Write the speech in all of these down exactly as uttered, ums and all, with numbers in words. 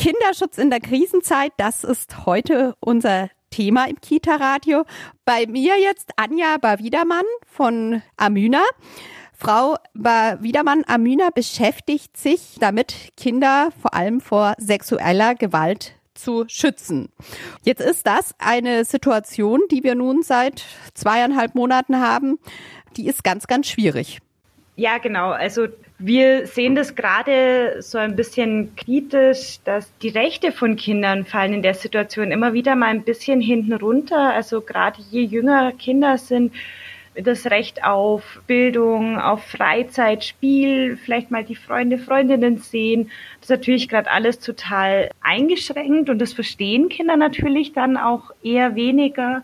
Kinderschutz in der Krisenzeit, das ist heute unser Thema im Kita-Radio. Bei mir jetzt Anja Barwidermann von Amüna. Frau Barwidermann-Amüna beschäftigt sich damit, Kinder vor allem vor sexueller Gewalt zu schützen. Jetzt ist das eine Situation, die wir nun seit zweieinhalb Monaten haben. Die ist ganz, ganz schwierig. Ja, genau. Also wir sehen das gerade so ein bisschen kritisch, dass die Rechte von Kindern fallen in der Situation immer wieder mal ein bisschen hinten runter. Also gerade je jünger Kinder sind, das Recht auf Bildung, auf Freizeit, Spiel, vielleicht mal die Freunde, Freundinnen sehen. Das ist natürlich gerade alles total eingeschränkt und das verstehen Kinder natürlich dann auch eher weniger.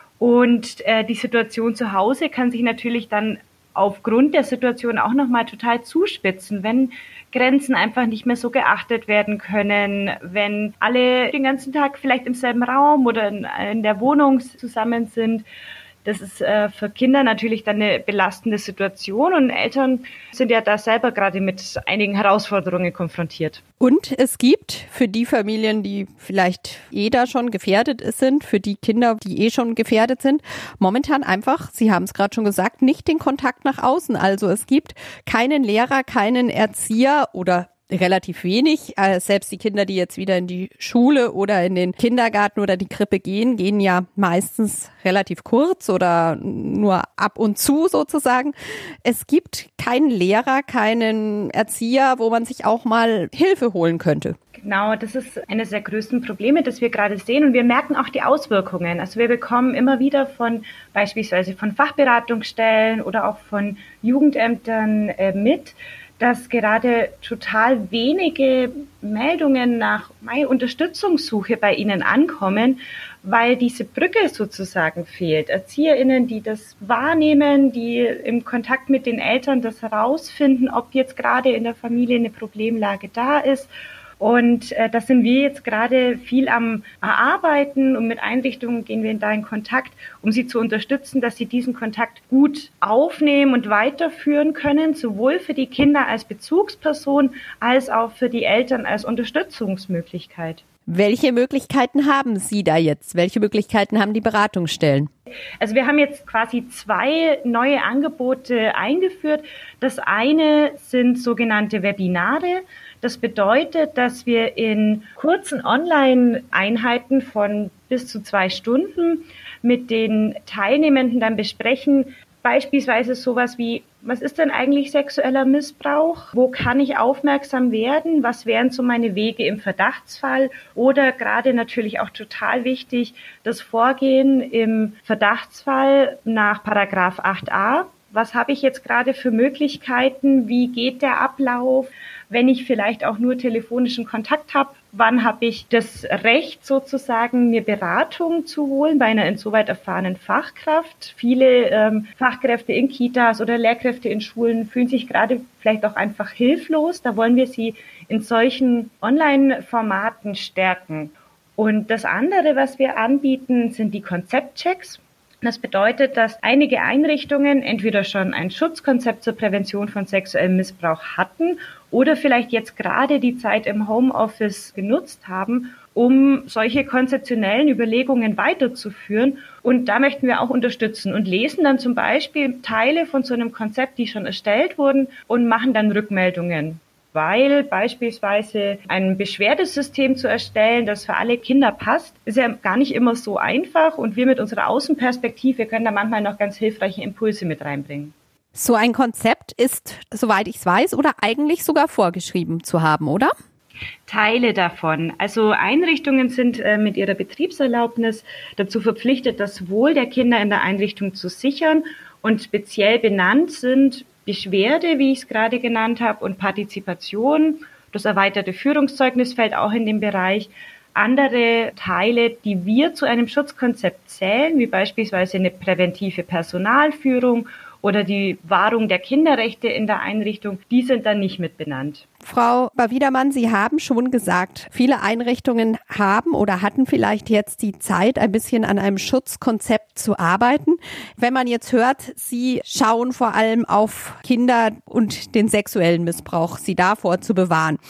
Und äh, die Situation zu Hause kann sich natürlich dann aufgrund der Situation auch nochmal total zuspitzen, wenn Grenzen einfach nicht mehr so geachtet werden können, wenn alle den ganzen Tag vielleicht im selben Raum oder in, in der Wohnung zusammen sind. Das ist äh, für Kinder natürlich dann eine belastende Situation und Eltern sind ja da selber gerade mit einigen Herausforderungen konfrontiert. Und es gibt für die Familien, die vielleicht eh da schon gefährdet sind, für die Kinder, die eh schon gefährdet sind, momentan einfach, Sie haben es gerade schon gesagt, nicht den Kontakt nach außen. Also es gibt keinen Lehrer, keinen Erzieher oder relativ wenig. Selbst die Kinder, die jetzt wieder in die Schule oder in den Kindergarten oder die Krippe gehen, gehen ja meistens relativ kurz oder nur ab und zu sozusagen. Es gibt keinen Lehrer, keinen Erzieher, wo man sich auch mal Hilfe holen könnte. Genau, das ist eines der größten Probleme, das wir gerade sehen und wir merken auch die Auswirkungen. Also wir bekommen immer wieder von beispielsweise von Fachberatungsstellen oder auch von Jugendämtern äh, mit, dass gerade total wenige Meldungen nach Unterstützungssuche bei ihnen ankommen, weil diese Brücke sozusagen fehlt. ErzieherInnen, die das wahrnehmen, die im Kontakt mit den Eltern das herausfinden, ob jetzt gerade in der Familie eine Problemlage da ist. Und äh, da sind wir jetzt gerade viel am Erarbeiten und mit Einrichtungen gehen wir da in Kontakt, um sie zu unterstützen, dass sie diesen Kontakt gut aufnehmen und weiterführen können, sowohl für die Kinder als Bezugsperson als auch für die Eltern als Unterstützungsmöglichkeit. Welche Möglichkeiten haben Sie da jetzt? Welche Möglichkeiten haben die Beratungsstellen? Also wir haben jetzt quasi zwei neue Angebote eingeführt. Das eine sind sogenannte Webinare. Das bedeutet, dass wir in kurzen Online-Einheiten von bis zu zwei Stunden mit den Teilnehmenden dann besprechen, beispielsweise sowas wie, was ist denn eigentlich sexueller Missbrauch? Wo kann ich aufmerksam werden? Was wären so meine Wege im Verdachtsfall? Oder gerade natürlich auch total wichtig, das Vorgehen im Verdachtsfall nach Paragraph acht a. Was habe ich jetzt gerade für Möglichkeiten? Wie geht der Ablauf? Wenn ich vielleicht auch nur telefonischen Kontakt habe, wann habe ich das Recht sozusagen, mir Beratung zu holen bei einer insoweit erfahrenen Fachkraft? Viele ähm, Fachkräfte in Kitas oder Lehrkräfte in Schulen fühlen sich gerade vielleicht auch einfach hilflos. Da wollen wir sie in solchen Online-Formaten stärken. Und das andere, was wir anbieten, sind die Konzeptchecks. Das bedeutet, dass einige Einrichtungen entweder schon ein Schutzkonzept zur Prävention von sexuellem Missbrauch hatten oder vielleicht jetzt gerade die Zeit im Homeoffice genutzt haben, um solche konzeptionellen Überlegungen weiterzuführen. Und da möchten wir auch unterstützen und lesen dann zum Beispiel Teile von so einem Konzept, die schon erstellt wurden, und machen dann Rückmeldungen. Weil beispielsweise ein Beschwerdesystem zu erstellen, das für alle Kinder passt, ist ja gar nicht immer so einfach. Und wir mit unserer Außenperspektive können da manchmal noch ganz hilfreiche Impulse mit reinbringen. So ein Konzept ist, soweit ich es weiß, oder eigentlich sogar vorgeschrieben zu haben, oder? Teile davon. Also Einrichtungen sind äh, mit ihrer Betriebserlaubnis dazu verpflichtet, das Wohl der Kinder in der Einrichtung zu sichern. Und speziell benannt sind Beschwerde, wie ich es gerade genannt habe, und Partizipation. Das erweiterte Führungszeugnis fällt auch in den Bereich. Andere Teile, die wir zu einem Schutzkonzept zählen, wie beispielsweise eine präventive Personalführung oder die Wahrung der Kinderrechte in der Einrichtung, die sind dann nicht mit benannt. Frau Barwidermann, Sie haben schon gesagt, viele Einrichtungen haben oder hatten vielleicht jetzt die Zeit, ein bisschen an einem Schutzkonzept zu arbeiten. Wenn man jetzt hört, Sie schauen vor allem auf Kinder und den sexuellen Missbrauch, sie davor zu bewahren.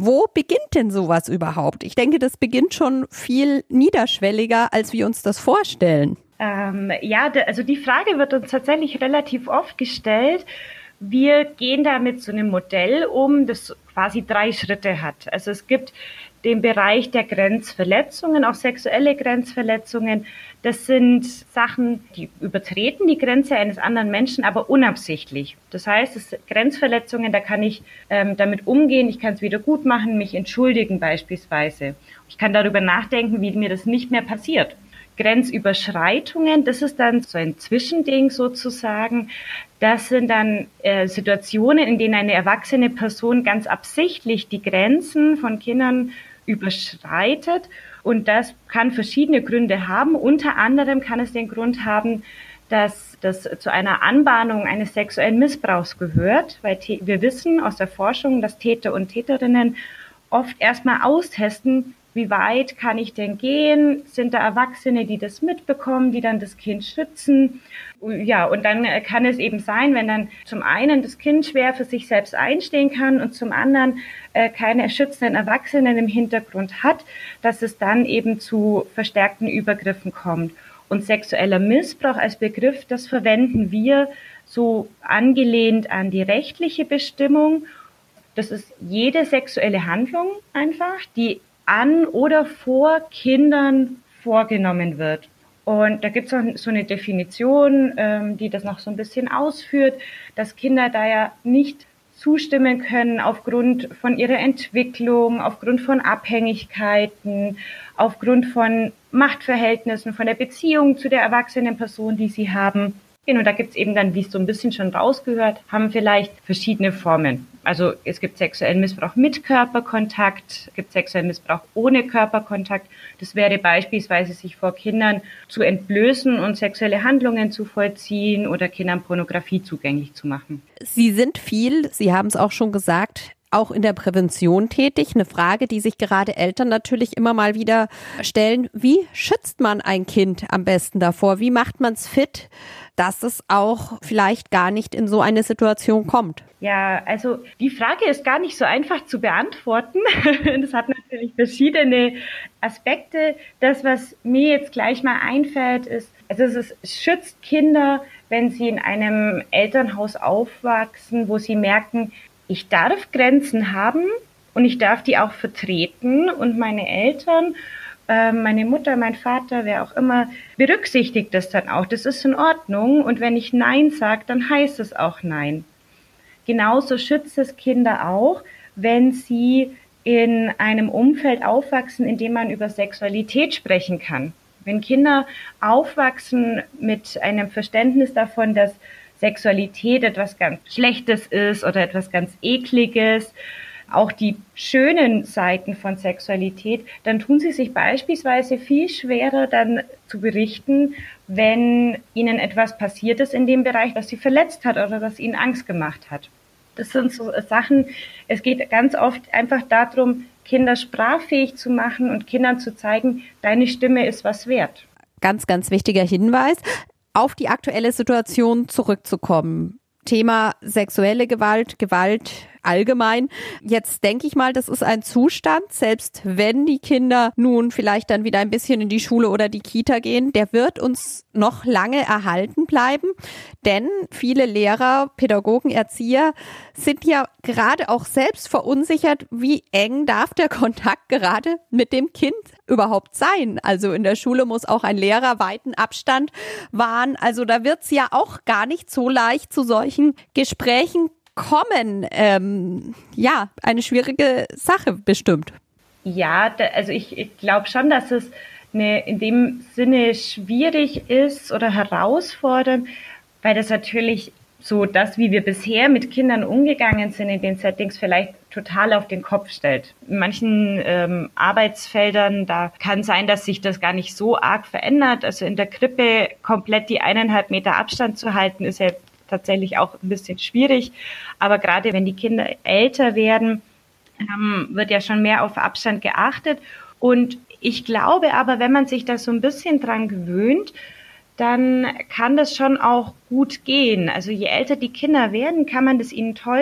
Wo beginnt denn sowas überhaupt? Ich denke, das beginnt schon viel niederschwelliger, als wir uns das vorstellen. Ähm, ja, d- also die Frage wird uns tatsächlich relativ oft gestellt. Wir gehen da mit so einem Modell um, das quasi drei Schritte hat. Also es gibt den Bereich der Grenzverletzungen, auch sexuelle Grenzverletzungen. Das sind Sachen, die übertreten die Grenze eines anderen Menschen, aber unabsichtlich. Das heißt, es sind Grenzverletzungen, da kann ich ähm, damit umgehen, ich kann es wieder gut machen, mich entschuldigen beispielsweise. Ich kann darüber nachdenken, wie mir das nicht mehr passiert. Grenzüberschreitungen, das ist dann so ein Zwischending sozusagen. Das sind dann äh, Situationen, in denen eine erwachsene Person ganz absichtlich die Grenzen von Kindern überschreitet. Und das kann verschiedene Gründe haben. Unter anderem kann es den Grund haben, dass das zu einer Anbahnung eines sexuellen Missbrauchs gehört, weil wir wissen aus der Forschung, dass Täter und Täterinnen oft erstmal austesten, wie weit kann ich denn gehen? Sind da Erwachsene, die das mitbekommen, die dann das Kind schützen? Ja, und dann kann es eben sein, wenn dann zum einen das Kind schwer für sich selbst einstehen kann und zum anderen äh, keine schützenden Erwachsenen im Hintergrund hat, dass es dann eben zu verstärkten Übergriffen kommt. Und sexueller Missbrauch als Begriff, das verwenden wir so angelehnt an die rechtliche Bestimmung. Das ist jede sexuelle Handlung einfach, die an oder vor Kindern vorgenommen wird. Und da gibt es auch so eine Definition, ähm, die das noch so ein bisschen ausführt, dass Kinder da ja nicht zustimmen können aufgrund von ihrer Entwicklung, aufgrund von Abhängigkeiten, aufgrund von Machtverhältnissen, von der Beziehung zu der erwachsenen Person, die sie haben. Und da gibt es eben dann, wie es so ein bisschen schon rausgehört, haben vielleicht verschiedene Formen. Also es gibt sexuellen Missbrauch mit Körperkontakt, es gibt sexuellen Missbrauch ohne Körperkontakt. Das wäre beispielsweise, sich vor Kindern zu entblößen und sexuelle Handlungen zu vollziehen oder Kindern Pornografie zugänglich zu machen. Sie sind viel, Sie haben es auch schon gesagt, auch in der Prävention tätig. Eine Frage, die sich gerade Eltern natürlich immer mal wieder stellen. Wie schützt man ein Kind am besten davor? Wie macht man es fit, dass es auch vielleicht gar nicht in so eine Situation kommt? Ja, also die Frage ist gar nicht so einfach zu beantworten. Das hat natürlich verschiedene Aspekte. Das, was mir jetzt gleich mal einfällt, ist, also es ist, es schützt Kinder, wenn sie in einem Elternhaus aufwachsen, wo sie merken, ich darf Grenzen haben und ich darf die auch vertreten und meine Eltern, äh, meine Mutter, mein Vater, wer auch immer, berücksichtigt das dann auch. Das ist in Ordnung und wenn ich Nein sage, dann heißt es auch Nein. Genauso schützt es Kinder auch, wenn sie in einem Umfeld aufwachsen, in dem man über Sexualität sprechen kann. Wenn Kinder aufwachsen mit einem Verständnis davon, dass Sexualität etwas ganz Schlechtes ist oder etwas ganz Ekliges, auch die schönen Seiten von Sexualität, dann tun sie sich beispielsweise viel schwerer dann zu berichten, wenn ihnen etwas passiert ist in dem Bereich, das sie verletzt hat oder das ihnen Angst gemacht hat. Das sind so Sachen, es geht ganz oft einfach darum, Kinder sprachfähig zu machen und Kindern zu zeigen, deine Stimme ist was wert. Ganz, ganz wichtiger Hinweis. Auf die aktuelle Situation zurückzukommen. Thema sexuelle Gewalt, Gewalt allgemein. Jetzt denke ich mal, das ist ein Zustand, selbst wenn die Kinder nun vielleicht dann wieder ein bisschen in die Schule oder die Kita gehen, der wird uns noch lange erhalten bleiben, denn viele Lehrer, Pädagogen, Erzieher sind ja gerade auch selbst verunsichert, wie eng darf der Kontakt gerade mit dem Kind überhaupt sein. Also in der Schule muss auch ein Lehrer weiten Abstand wahren. Also da wird es ja auch gar nicht so leicht zu solchen Gesprächen kommen. Ähm, ja, eine schwierige Sache bestimmt. Ja, da, also ich, ich glaube schon, dass es eine, in dem Sinne schwierig ist oder herausfordernd, weil das natürlich so das, wie wir bisher mit Kindern umgegangen sind in den Settings, vielleicht total auf den Kopf stellt. In manchen ähm, Arbeitsfeldern, da kann sein, dass sich das gar nicht so arg verändert. Also in der Krippe komplett die eineinhalb Meter Abstand zu halten, ist ja tatsächlich auch ein bisschen schwierig. Aber gerade wenn die Kinder älter werden, ähm, wird ja schon mehr auf Abstand geachtet. Und ich glaube aber, wenn man sich da so ein bisschen dran gewöhnt, dann kann das schon auch gut gehen. Also je älter die Kinder werden, kann man das ihnen toll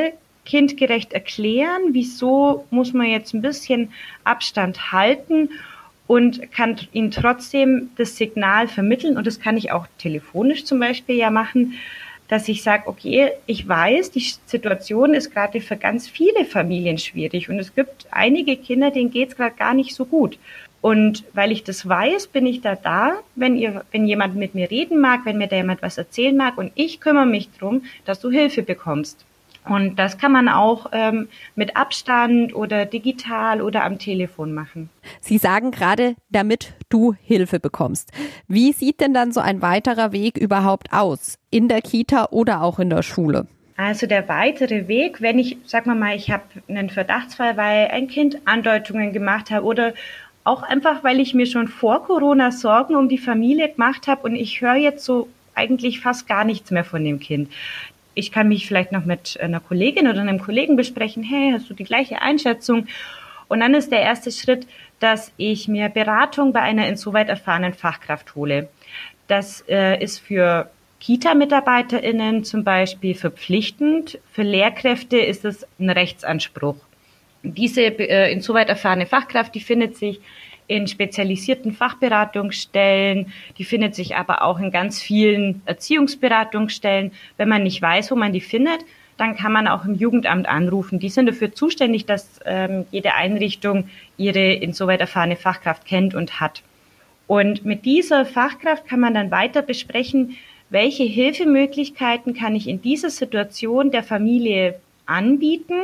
kindgerecht erklären, wieso muss man jetzt ein bisschen Abstand halten und kann ihnen trotzdem das Signal vermitteln. Und das kann ich auch telefonisch zum Beispiel ja machen, dass ich sage, okay, ich weiß, die Situation ist gerade für ganz viele Familien schwierig und es gibt einige Kinder, denen geht es gerade gar nicht so gut. Und weil ich das weiß, bin ich da da, wenn ihr, wenn jemand mit mir reden mag, wenn mir da jemand was erzählen mag und ich kümmere mich drum, dass du Hilfe bekommst. Und das kann man auch ähm, mit Abstand oder digital oder am Telefon machen. Sie sagen gerade, damit du Hilfe bekommst. Wie sieht denn dann so ein weiterer Weg überhaupt aus? In der Kita oder auch in der Schule? Also der weitere Weg, wenn ich, sag mal mal, ich habe einen Verdachtsfall, weil ein Kind Andeutungen gemacht hat oder auch einfach, weil ich mir schon vor Corona Sorgen um die Familie gemacht habe und ich höre jetzt so eigentlich fast gar nichts mehr von dem Kind. Ich kann mich vielleicht noch mit einer Kollegin oder einem Kollegen besprechen, hey, hast du die gleiche Einschätzung? Und dann ist der erste Schritt, dass ich mir Beratung bei einer insoweit erfahrenen Fachkraft hole. Das äh, ist für Kita-MitarbeiterInnen zum Beispiel verpflichtend. Für Lehrkräfte ist es ein Rechtsanspruch. Diese äh, insoweit erfahrene Fachkraft, die findet sich in spezialisierten Fachberatungsstellen, die findet sich aber auch in ganz vielen Erziehungsberatungsstellen. Wenn man nicht weiß, wo man die findet, dann kann man auch im Jugendamt anrufen. Die sind dafür zuständig, dass ähm, jede Einrichtung ihre insoweit erfahrene Fachkraft kennt und hat. Und mit dieser Fachkraft kann man dann weiter besprechen, welche Hilfemöglichkeiten kann ich in dieser Situation der Familie anbieten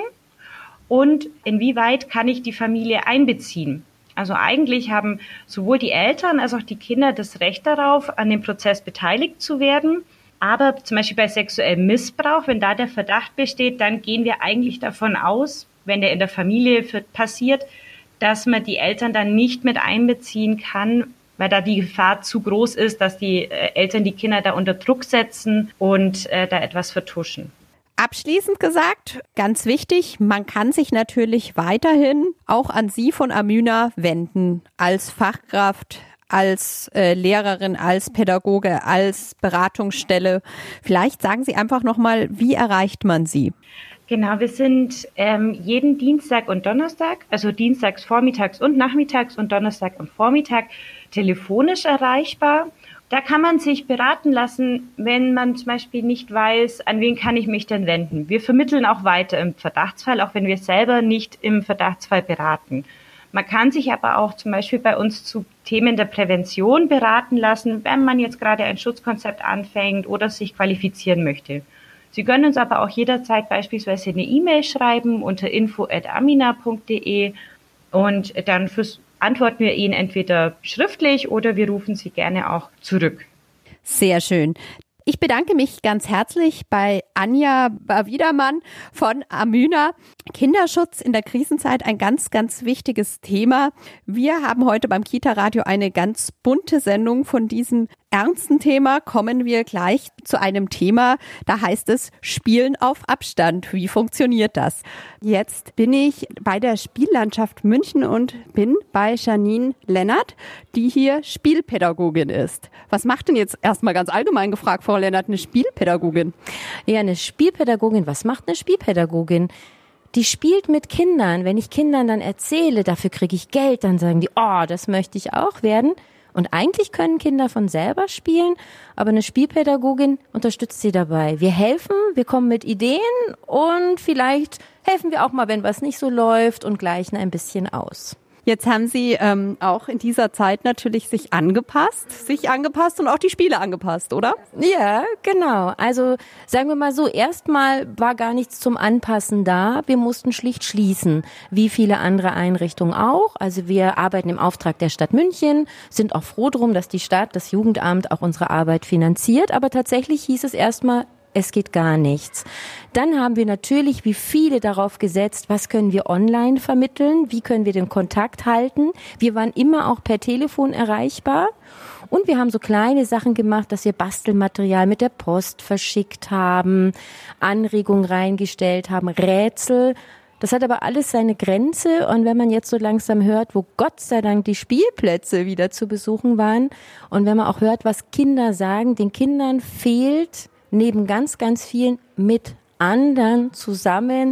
und inwieweit kann ich die Familie einbeziehen. Also eigentlich haben sowohl die Eltern als auch die Kinder das Recht darauf, an dem Prozess beteiligt zu werden. Aber zum Beispiel bei sexuellem Missbrauch, wenn da der Verdacht besteht, dann gehen wir eigentlich davon aus, wenn der in der Familie passiert, dass man die Eltern dann nicht mit einbeziehen kann, weil da die Gefahr zu groß ist, dass die Eltern die Kinder da unter Druck setzen und äh, da etwas vertuschen. Abschließend gesagt, ganz wichtig, man kann sich natürlich weiterhin auch an Sie von Amyna wenden, als Fachkraft, als äh, Lehrerin, als Pädagoge, als Beratungsstelle. Vielleicht sagen Sie einfach nochmal, wie erreicht man Sie? Genau, wir sind ähm, jeden Dienstag und Donnerstag, also dienstags vormittags und nachmittags und Donnerstag und Vormittag telefonisch erreichbar. Da kann man sich beraten lassen, wenn man zum Beispiel nicht weiß, an wen kann ich mich denn wenden. Wir vermitteln auch weiter im Verdachtsfall, auch wenn wir selber nicht im Verdachtsfall beraten. Man kann sich aber auch zum Beispiel bei uns zu Themen der Prävention beraten lassen, wenn man jetzt gerade ein Schutzkonzept anfängt oder sich qualifizieren möchte. Sie können uns aber auch jederzeit beispielsweise eine E-Mail schreiben unter info at amina punkt de und dann fürs antworten wir Ihnen entweder schriftlich oder wir rufen Sie gerne auch zurück. Sehr schön. Ich bedanke mich ganz herzlich bei Anja Wiedermann von Amyna. Kinderschutz in der Krisenzeit, ein ganz, ganz wichtiges Thema. Wir haben heute beim Kita-Radio eine ganz bunte Sendung. Von diesem ernsten Thema kommen wir gleich zu einem Thema, da heißt es Spielen auf Abstand. Wie funktioniert das? Jetzt bin ich bei der Spiellandschaft München und bin bei Janine Lennart, die hier Spielpädagogin ist. Was macht denn jetzt erstmal ganz allgemein gefragt, Frau Lennart, eine Spielpädagogin? Ja, eine Spielpädagogin, was macht eine Spielpädagogin? Die spielt mit Kindern. Wenn ich Kindern dann erzähle, dafür kriege ich Geld, dann sagen die, oh, das möchte ich auch werden. Und eigentlich können Kinder von selber spielen, aber eine Spielpädagogin unterstützt sie dabei. Wir helfen, wir kommen mit Ideen und vielleicht helfen wir auch mal, wenn was nicht so läuft und gleichen ein bisschen aus. Jetzt haben Sie ähm, auch in dieser Zeit natürlich sich angepasst, sich angepasst und auch die Spiele angepasst, oder? Ja, genau. Also sagen wir mal so, erstmal war gar nichts zum Anpassen da. Wir mussten schlicht schließen, wie viele andere Einrichtungen auch. Also wir arbeiten im Auftrag der Stadt München, sind auch froh drum, dass die Stadt, das Jugendamt auch unsere Arbeit finanziert. Aber tatsächlich hieß es erstmal, es geht gar nichts. Dann haben wir natürlich wie viele darauf gesetzt, was können wir online vermitteln, wie können wir den Kontakt halten. Wir waren immer auch per Telefon erreichbar und wir haben so kleine Sachen gemacht, dass wir Bastelmaterial mit der Post verschickt haben, Anregungen reingestellt haben, Rätsel. Das hat aber alles seine Grenze und wenn man jetzt so langsam hört, wo Gott sei Dank die Spielplätze wieder zu besuchen waren und wenn man auch hört, was Kinder sagen, den Kindern fehlt neben ganz, ganz vielen mit anderen zusammen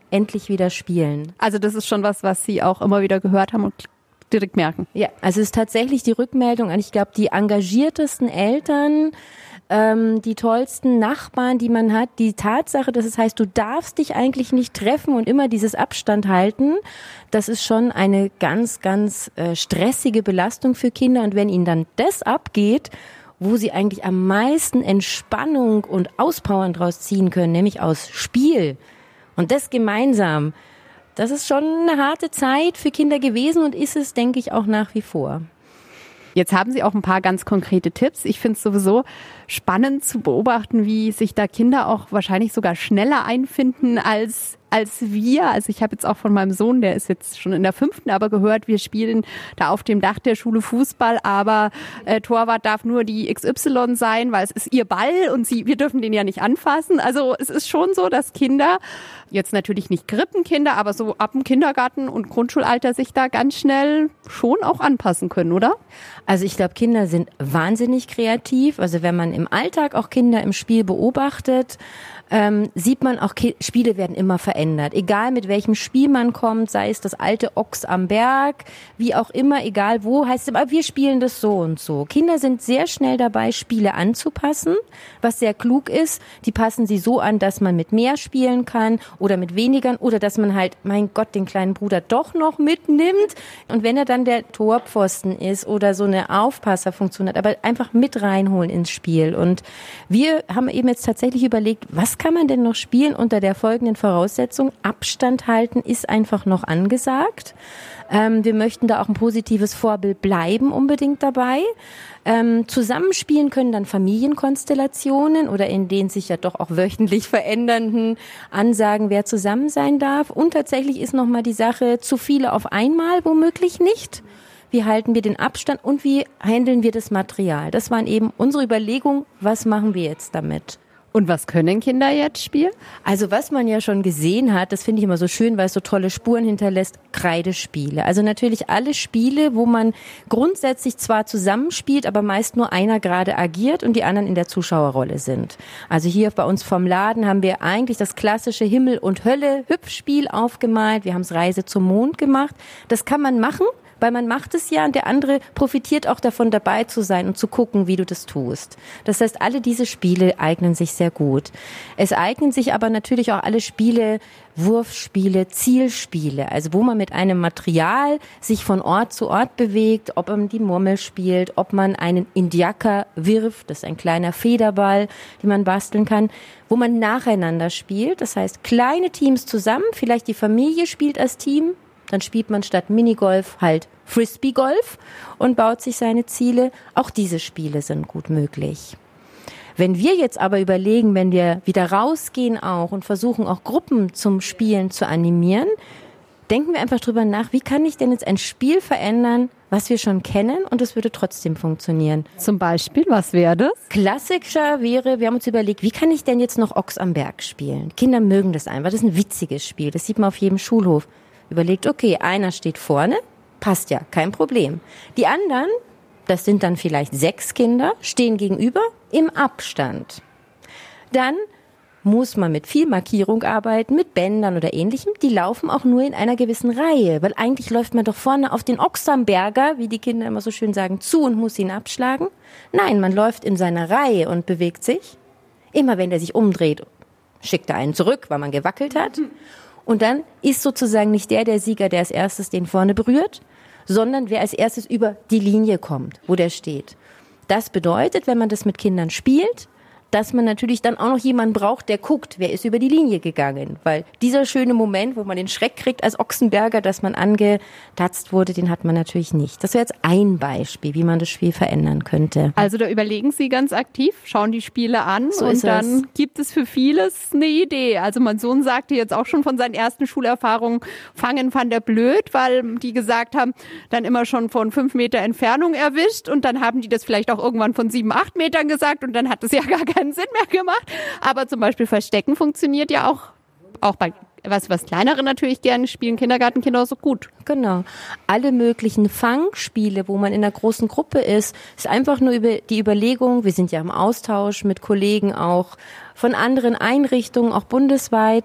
endlich wieder spielen. Also das ist schon was, was Sie auch immer wieder gehört haben und direkt merken. Ja, also es ist tatsächlich die Rückmeldung an, ich glaube, die engagiertesten Eltern, ähm, die tollsten Nachbarn, die man hat, die Tatsache, dass es heißt, du darfst dich eigentlich nicht treffen und immer dieses Abstand halten, das ist schon eine ganz, ganz äh, stressige Belastung für Kinder. Und wenn ihnen dann das abgeht, wo sie eigentlich am meisten Entspannung und Auspowern draus ziehen können, nämlich aus Spiel und das gemeinsam, das ist schon eine harte Zeit für Kinder gewesen und ist es, denke ich, auch nach wie vor. Jetzt haben Sie auch ein paar ganz konkrete Tipps. Ich finde es sowieso spannend zu beobachten, wie sich da Kinder auch wahrscheinlich sogar schneller einfinden als als wir. Also ich habe jetzt auch von meinem Sohn, der ist jetzt schon in der fünften, aber gehört, wir spielen da auf dem Dach der Schule Fußball, aber äh, Torwart darf nur die X Y sein, weil es ist ihr Ball und sie, wir dürfen den ja nicht anfassen. Also es ist schon so, dass Kinder, jetzt natürlich nicht Krippenkinder, aber so ab dem Kindergarten und Grundschulalter sich da ganz schnell schon auch anpassen können, oder? Also ich glaube, Kinder sind wahnsinnig kreativ. Also wenn man im Alltag auch Kinder im Spiel beobachtet, ähm, sieht man auch, Ki- Spiele werden immer verändert. Egal mit welchem Spiel man kommt, sei es das alte Ochs am Berg, wie auch immer, egal wo, heißt es immer, wir spielen das so und so. Kinder sind sehr schnell dabei, Spiele anzupassen, was sehr klug ist. Die passen sie so an, dass man mit mehr spielen kann oder mit weniger oder dass man halt, mein Gott, den kleinen Bruder doch noch mitnimmt. Und wenn er dann der Torpfosten ist oder so eine Aufpasserfunktion hat, aber einfach mit reinholen ins Spiel. Und wir haben eben jetzt tatsächlich überlegt, was kann man denn noch spielen unter der folgenden Voraussetzung? Abstand halten ist einfach noch angesagt. Ähm, wir möchten da auch ein positives Vorbild bleiben unbedingt dabei. Ähm, zusammenspielen können dann Familienkonstellationen oder in denen sich ja doch auch wöchentlich verändernden Ansagen, wer zusammen sein darf. Und tatsächlich ist nochmal die Sache, zu viele auf einmal womöglich nicht. Wie halten wir den Abstand und wie handeln wir das Material? Das waren eben unsere Überlegungen, was machen wir jetzt damit? Und was können Kinder jetzt spielen? Also was man ja schon gesehen hat, das finde ich immer so schön, weil es so tolle Spuren hinterlässt, Kreidespiele. Also natürlich alle Spiele, wo man grundsätzlich zwar zusammenspielt, aber meist nur einer gerade agiert und die anderen in der Zuschauerrolle sind. Also hier bei uns vom Laden haben wir eigentlich das klassische Himmel- und Hölle-Hüpfspiel aufgemalt. Wir haben es Reise zum Mond gemacht. Das kann man machen, weil man macht es ja und der andere profitiert auch davon, dabei zu sein und zu gucken, wie du das tust. Das heißt, alle diese Spiele eignen sich sehr gut. Es eignen sich aber natürlich auch alle Spiele, Wurfspiele, Zielspiele, also wo man mit einem Material sich von Ort zu Ort bewegt, ob man die Murmel spielt, ob man einen Indiaker wirft, das ist ein kleiner Federball, den man basteln kann, wo man nacheinander spielt. Das heißt, kleine Teams zusammen, vielleicht die Familie spielt als Team, dann spielt man statt Minigolf halt Frisbee-Golf und baut sich seine Ziele. Auch diese Spiele sind gut möglich. Wenn wir jetzt aber überlegen, wenn wir wieder rausgehen auch und versuchen auch Gruppen zum Spielen zu animieren, denken wir einfach drüber nach, wie kann ich denn jetzt ein Spiel verändern, was wir schon kennen und es würde trotzdem funktionieren. Zum Beispiel, was wäre das? Klassischer wäre, wir haben uns überlegt, wie kann ich denn jetzt noch Ochs am Berg spielen? Kinder mögen das einfach, das ist ein witziges Spiel, das sieht man auf jedem Schulhof. Überlegt, okay, einer steht vorne, passt ja, kein Problem. Die anderen, das sind dann vielleicht sechs Kinder, stehen gegenüber im Abstand. Dann muss man mit viel Markierung arbeiten, mit Bändern oder Ähnlichem. Die laufen auch nur in einer gewissen Reihe, weil eigentlich läuft man doch vorne auf den Ochsamberger, wie die Kinder immer so schön sagen, zu und muss ihn abschlagen. Nein, man läuft in seiner Reihe und bewegt sich. Immer wenn der sich umdreht, schickt er einen zurück, weil man gewackelt hat. Und dann ist sozusagen nicht der der Sieger, der als erstes den vorne berührt, sondern wer als erstes über die Linie kommt, wo der steht. Das bedeutet, wenn man das mit Kindern spielt, dass man natürlich dann auch noch jemanden braucht, der guckt, wer ist über die Linie gegangen. Weil dieser schöne Moment, wo man den Schreck kriegt als Ochsenberger, dass man angetatzt wurde, den hat man natürlich nicht. Das wäre jetzt ein Beispiel, wie man das Spiel verändern könnte. Also da überlegen Sie ganz aktiv, schauen die Spiele an so und dann es. gibt es für vieles eine Idee. Also mein Sohn sagte jetzt auch schon von seinen ersten Schulerfahrungen, Fangen fand er blöd, weil die gesagt haben, dann immer schon von fünf Meter Entfernung erwischt und dann haben die das vielleicht auch irgendwann von sieben, acht Metern gesagt und dann hat es ja gar keinen Sinn mehr gemacht. Aber zum Beispiel Verstecken funktioniert ja auch, auch bei was, was kleinere natürlich gerne spielen, Kindergartenkinder so gut. Genau. Alle möglichen Fangspiele, wo man in einer großen Gruppe ist, ist einfach nur über die Überlegung, wir sind ja im Austausch mit Kollegen auch von anderen Einrichtungen, auch bundesweit,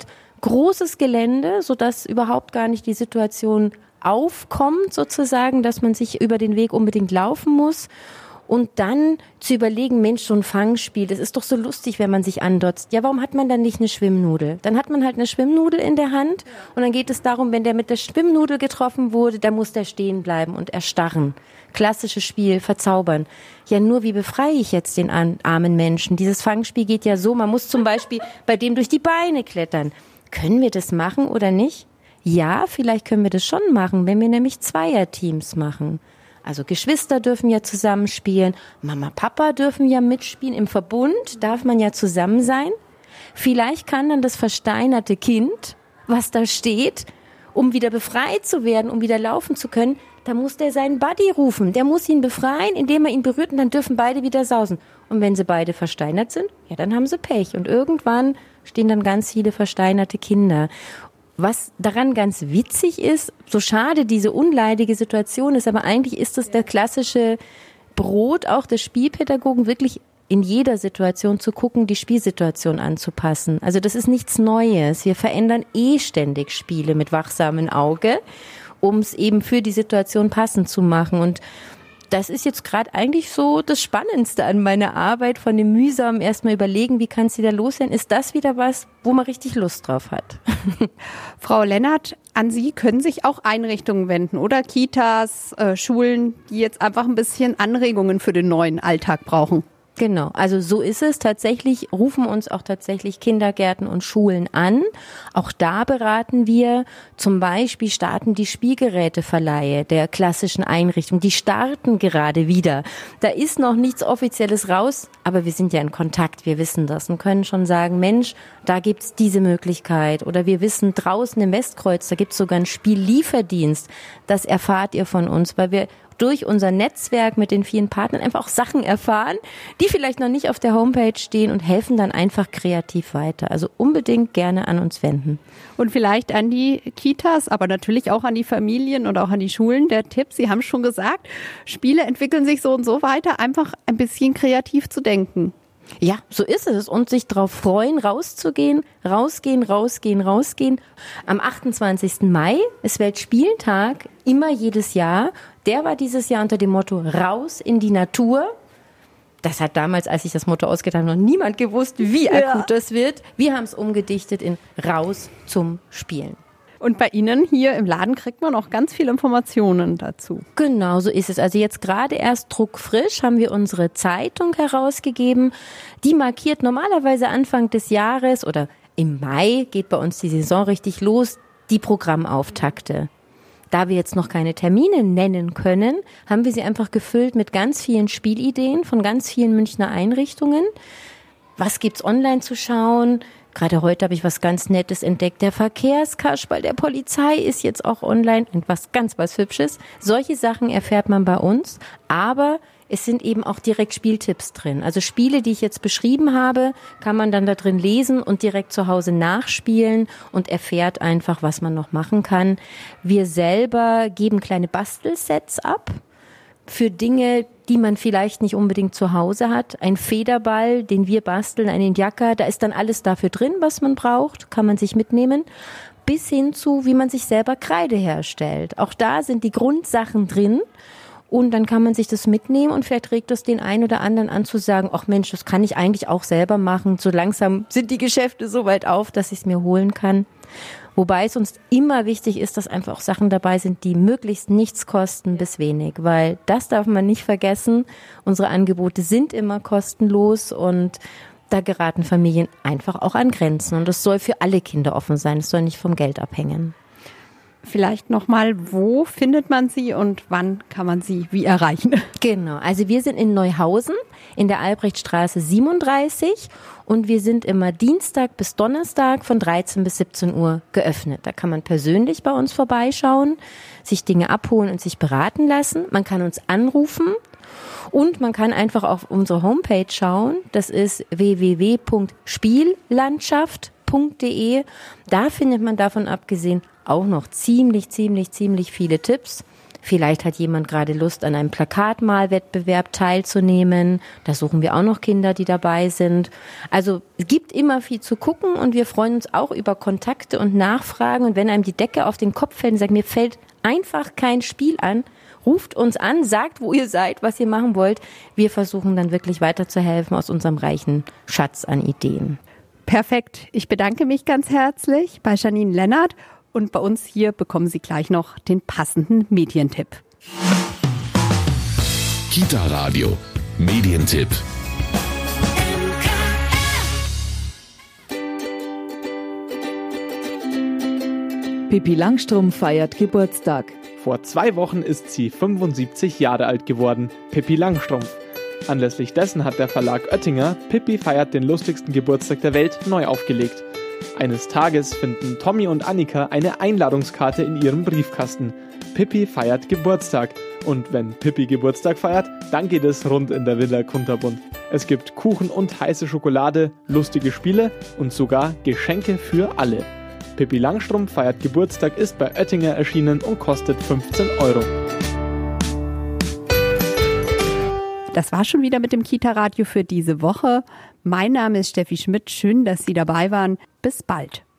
großes Gelände, sodass überhaupt gar nicht die Situation aufkommt sozusagen, dass man sich über den Weg unbedingt laufen muss. Und dann zu überlegen, Mensch, so ein Fangspiel, das ist doch so lustig, wenn man sich andotzt. Ja, warum hat man dann nicht eine Schwimmnudel? Dann hat man halt eine Schwimmnudel in der Hand und dann geht es darum, wenn der mit der Schwimmnudel getroffen wurde, dann muss der stehen bleiben und erstarren. Klassisches Spiel, verzaubern. Ja, nur wie befreie ich jetzt den armen Menschen? Dieses Fangspiel geht ja so, man muss zum Beispiel bei dem durch die Beine klettern. Können wir das machen oder nicht? Ja, vielleicht können wir das schon machen, wenn wir nämlich Zweierteams machen. Also Geschwister dürfen ja zusammenspielen, Mama, Papa dürfen ja mitspielen, im Verbund darf man ja zusammen sein. Vielleicht kann dann das versteinerte Kind, was da steht, um wieder befreit zu werden, um wieder laufen zu können, da muss der seinen Buddy rufen. Der muss ihn befreien, indem er ihn berührt und dann dürfen beide wieder sausen. Und wenn sie beide versteinert sind, ja, dann haben sie Pech. Und irgendwann stehen dann ganz viele versteinerte Kinder. Was daran ganz witzig ist, so schade diese unleidige Situation ist, aber eigentlich ist es der klassische Brot auch des Spielpädagogen, wirklich in jeder Situation zu gucken, die Spielsituation anzupassen. Also das ist nichts Neues. Wir verändern eh ständig Spiele mit wachsamem Auge, um es eben für die Situation passend zu machen. Und das ist jetzt gerade eigentlich so das Spannendste an meiner Arbeit, von dem mühsamen erstmal überlegen, wie kann es wieder loswerden. Ist das wieder was, wo man richtig Lust drauf hat? Frau Lennart, an Sie können sich auch Einrichtungen wenden oder Kitas, äh, Schulen, die jetzt einfach ein bisschen Anregungen für den neuen Alltag brauchen. Genau, also so ist es. Tatsächlich rufen uns auch tatsächlich Kindergärten und Schulen an. Auch da beraten wir. Zum Beispiel starten die Spielgeräteverleihe der klassischen Einrichtung. Die starten gerade wieder. Da ist noch nichts Offizielles raus, aber wir sind ja in Kontakt. Wir wissen das und können schon sagen, Mensch, da gibt's diese Möglichkeit. Oder wir wissen, draußen im Westkreuz, da gibt's sogar einen Spiellieferdienst. Das erfahrt ihr von uns, weil wir durch unser Netzwerk mit den vielen Partnern einfach auch Sachen erfahren, die vielleicht noch nicht auf der Homepage stehen und helfen dann einfach kreativ weiter. Also unbedingt gerne an uns wenden. Und vielleicht an die Kitas, aber natürlich auch an die Familien und auch an die Schulen. Der Tipp, Sie haben schon gesagt, Spiele entwickeln sich so und so weiter, einfach ein bisschen kreativ zu denken. Ja, so ist es. Und sich darauf freuen, rauszugehen, rausgehen, rausgehen, rausgehen. Am achtundzwanzigsten Mai ist Weltspieltag, immer jedes Jahr. Der war dieses Jahr unter dem Motto Raus in die Natur. Das hat damals, als ich das Motto ausgedacht habe, noch niemand gewusst, wie akut ja. das wird. Wir haben es umgedichtet in Raus zum Spielen. Und bei Ihnen hier im Laden kriegt man auch ganz viele Informationen dazu. Genau, so ist es. Also jetzt gerade erst druckfrisch haben wir unsere Zeitung herausgegeben. Die markiert normalerweise Anfang des Jahres oder im Mai geht bei uns die Saison richtig los, die Programmauftakte. Da wir jetzt noch keine Termine nennen können, haben wir sie einfach gefüllt mit ganz vielen Spielideen von ganz vielen Münchner Einrichtungen. Was gibt's online zu schauen? Gerade heute habe ich was ganz Nettes entdeckt. Der Verkehrskasperl der Polizei ist jetzt auch online. Etwas ganz was Hübsches. Solche Sachen erfährt man bei uns. Aber es sind eben auch direkt Spieltipps drin. Also Spiele, die ich jetzt beschrieben habe, kann man dann da drin lesen und direkt zu Hause nachspielen und erfährt einfach, was man noch machen kann. Wir selber geben kleine Bastelsets ab für Dinge, die man vielleicht nicht unbedingt zu Hause hat. Ein Federball, den wir basteln, einen Jacker, da ist dann alles dafür drin, was man braucht, kann man sich mitnehmen. Bis hin zu, wie man sich selber Kreide herstellt. Auch da sind die Grundsachen drin. Und dann kann man sich das mitnehmen und vielleicht regt es den einen oder anderen an zu sagen, ach Mensch, das kann ich eigentlich auch selber machen. So langsam sind die Geschäfte so weit auf, dass ich es mir holen kann. Wobei es uns immer wichtig ist, dass einfach auch Sachen dabei sind, die möglichst nichts kosten bis wenig. Weil das darf man nicht vergessen. Unsere Angebote sind immer kostenlos und da geraten Familien einfach auch an Grenzen. Und das soll für alle Kinder offen sein. Es soll nicht vom Geld abhängen. Vielleicht nochmal, wo findet man Sie und wann kann man Sie wie erreichen? Genau, also wir sind in Neuhausen in der Albrechtstraße siebenunddreißig und wir sind immer Dienstag bis Donnerstag von dreizehn bis siebzehn Uhr geöffnet. Da kann man persönlich bei uns vorbeischauen, sich Dinge abholen und sich beraten lassen. Man kann uns anrufen und man kann einfach auf unsere Homepage schauen. Das ist w w w punkt spiellandschaft punkt d e. Da findet man davon abgesehen auch noch ziemlich, ziemlich, ziemlich viele Tipps. Vielleicht hat jemand gerade Lust, an einem Plakatmalwettbewerb teilzunehmen. Da suchen wir auch noch Kinder, die dabei sind. Also es gibt immer viel zu gucken und wir freuen uns auch über Kontakte und Nachfragen. Und wenn einem die Decke auf den Kopf fällt und sagt, mir fällt einfach kein Spiel an, ruft uns an, sagt, wo ihr seid, was ihr machen wollt. Wir versuchen dann wirklich weiterzuhelfen aus unserem reichen Schatz an Ideen. Perfekt. Ich bedanke mich ganz herzlich bei Janine Lennart und bei uns hier bekommen Sie gleich noch den passenden Medientipp. Kita Radio, Medientipp. Pippi Langstrumpf feiert Geburtstag. Vor zwei Wochen ist sie fünfundsiebzig Jahre alt geworden, Pippi Langstrumpf. Anlässlich dessen hat der Verlag Oettinger Pippi feiert den lustigsten Geburtstag der Welt neu aufgelegt. Eines Tages finden Tommy und Annika eine Einladungskarte in ihrem Briefkasten. Pippi feiert Geburtstag. Und wenn Pippi Geburtstag feiert, dann geht es rund in der Villa Kunterbund. Es gibt Kuchen und heiße Schokolade, lustige Spiele und sogar Geschenke für alle. Pippi Langstrumpf feiert Geburtstag ist bei Oettinger erschienen und kostet fünfzehn Euro. Das war schon wieder mit dem Kita-Radio für diese Woche. Mein Name ist Steffi Schmidt. Schön, dass Sie dabei waren. Bis bald.